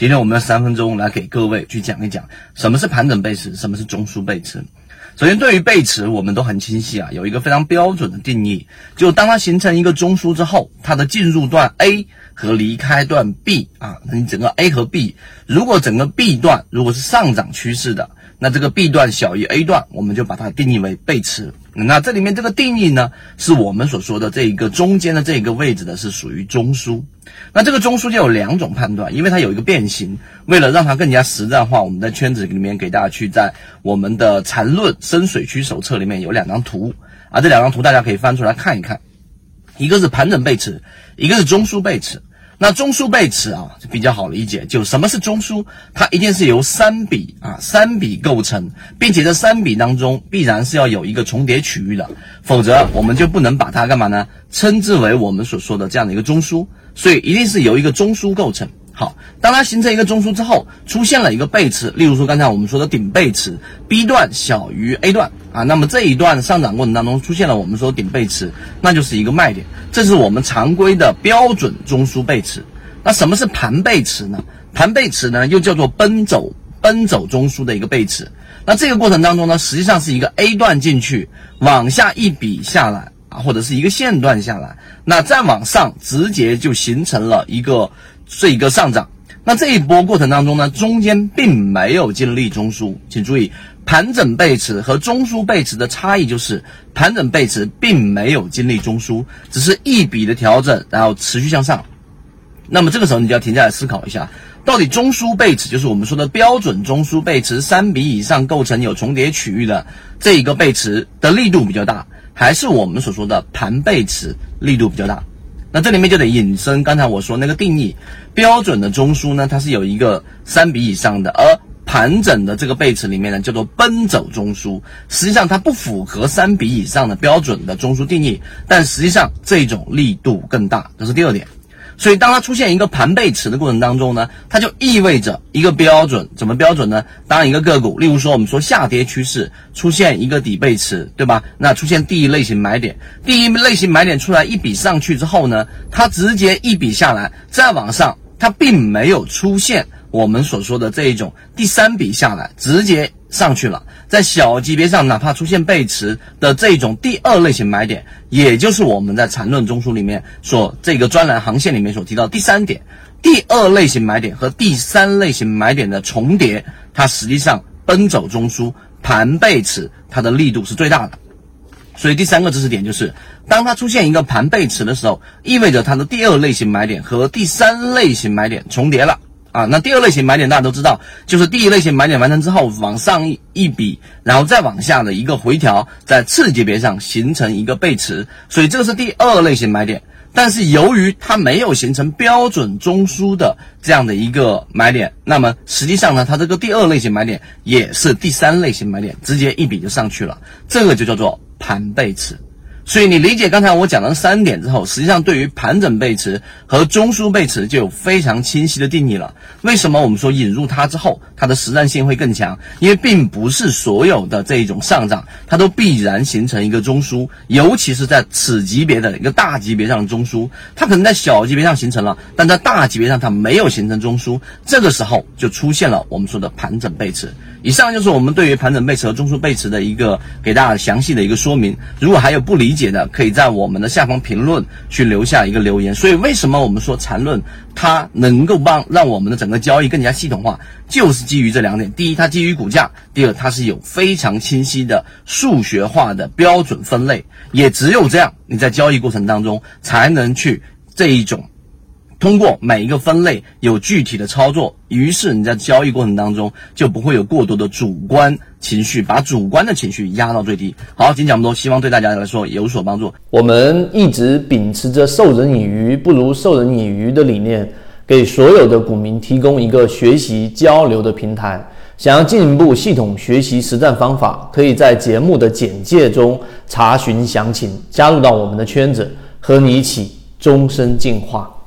今天我们要3分钟来给各位去讲一讲什么是盘整背驰，什么是中枢背驰。首先对于背驰我们都很清晰有一个非常标准的定义，就当它形成一个中枢之后，它的进入段 A 和离开段 B 你整个 A 和 B， 如果整个 B 段如果是上涨趋势的，那这个 B 段小于 A 段，我们就把它定义为背驰。那这里面这个定义呢，是我们所说的这一个中间的这个位置的是属于中枢。那这个中枢就有2种判断，因为它有一个变形，为了让它更加实战化，我们在圈子里面给大家去在我们的缠论深水区手册里面有2张图这2张图大家可以翻出来看一看，一个是盘整背驰，一个是中枢背驰。那中枢背驰就比较好理解，就什么是中枢，它一定是由3笔构成，并且这3笔当中必然是要有一个重叠区域的，否则我们就不能把它干嘛呢？称之为我们所说的这样的一个中枢，所以一定是由一个中枢构成。好，当它形成一个中枢之后，出现了一个背驰，例如说刚才我们说的顶背驰 ，B 段小于 A 段那么这一段上涨过程当中出现了我们说顶背驰，那就是一个卖点，这是我们常规的标准中枢背驰。那什么是盘背驰呢？盘背驰呢又叫做奔走中枢的一个背驰。那这个过程当中呢，实际上是一个 A 段进去，往下一笔下来或者是一个线段下来，那再往上直接就形成了一个上涨。那这一波过程当中呢，中间并没有经历中枢，请注意，盘整背驰和中枢背驰的差异就是盘整背驰并没有经历中枢，只是一笔的调整然后持续向上。那么这个时候你就要停下来思考一下，到底中枢背驰就是我们说的标准中枢背驰3笔以上构成有重叠区域的这一个背驰的力度比较大，还是我们所说的盘背驰力度比较大？那这里面就得引申刚才我说那个定义，标准的中枢呢，它是有一个3笔以上的，而盘整的这个背驰里面呢叫做奔走中枢，实际上它不符合3笔以上的标准的中枢定义，但实际上这种力度更大，这是第2点。所以当它出现一个盘背驰的过程当中呢，它就意味着一个标准，怎么标准呢？当一个个股，例如说我们说下跌趋势出现一个底背驰，对吧？那出现第一类型买点，第一类型买点出来一笔上去之后呢，它直接一笔下来再往上，它并没有出现我们所说的这一种第3笔下来直接上去了，在小级别上哪怕出现背驰的这种第2类型买点，也就是我们在缠论中枢里面所这个专栏航线里面所提到第3点，第2类型买点和第3类型买点的重叠，它实际上奔走中枢盘背驰它的力度是最大的。所以第3个知识点就是，当它出现一个盘背驰的时候，意味着它的第2类型买点和第3类型买点重叠了那第2类型买点大家都知道，就是第1类型买点完成之后往上一笔，然后再往下的一个回调，在次级别上形成一个背驰，所以这个是第2类型买点。但是由于它没有形成标准中枢的这样的一个买点，那么实际上呢，它这个第2类型买点也是第3类型买点，直接一笔就上去了，这个就叫做盘背驰。所以你理解刚才我讲的3点之后，实际上对于盘整背驰和中枢背驰就有非常清晰的定义了。为什么我们说引入它之后它的实战性会更强？因为并不是所有的这一种上涨它都必然形成一个中枢，尤其是在此级别的一个大级别上的中枢，它可能在小级别上形成了，但在大级别上它没有形成中枢，这个时候就出现了我们说的盘整背驰。以上就是我们对于盘整背驰和中枢背驰的一个给大家详细的一个说明，如果还有不理解的，可以在我们的下方评论去留下一个留言。所以为什么我们说缠论它能够让我们的整个交易更加系统化，就是基于这2点。第一，它基于股价；第二，它是有非常清晰的数学化的标准分类，也只有这样你在交易过程当中才能去这一种通过每一个分类有具体的操作，于是你在交易过程当中就不会有过多的主观情绪，把主观的情绪压到最低。好，今天讲这么多，希望对大家来说有所帮助。 我们一直秉持着授人以鱼不如授人以渔的理念，给所有的股民提供一个学习交流的平台。想要进一步系统学习实战方法，可以在节目的简介中查询详情，加入到我们的圈子，和你一起终身进化。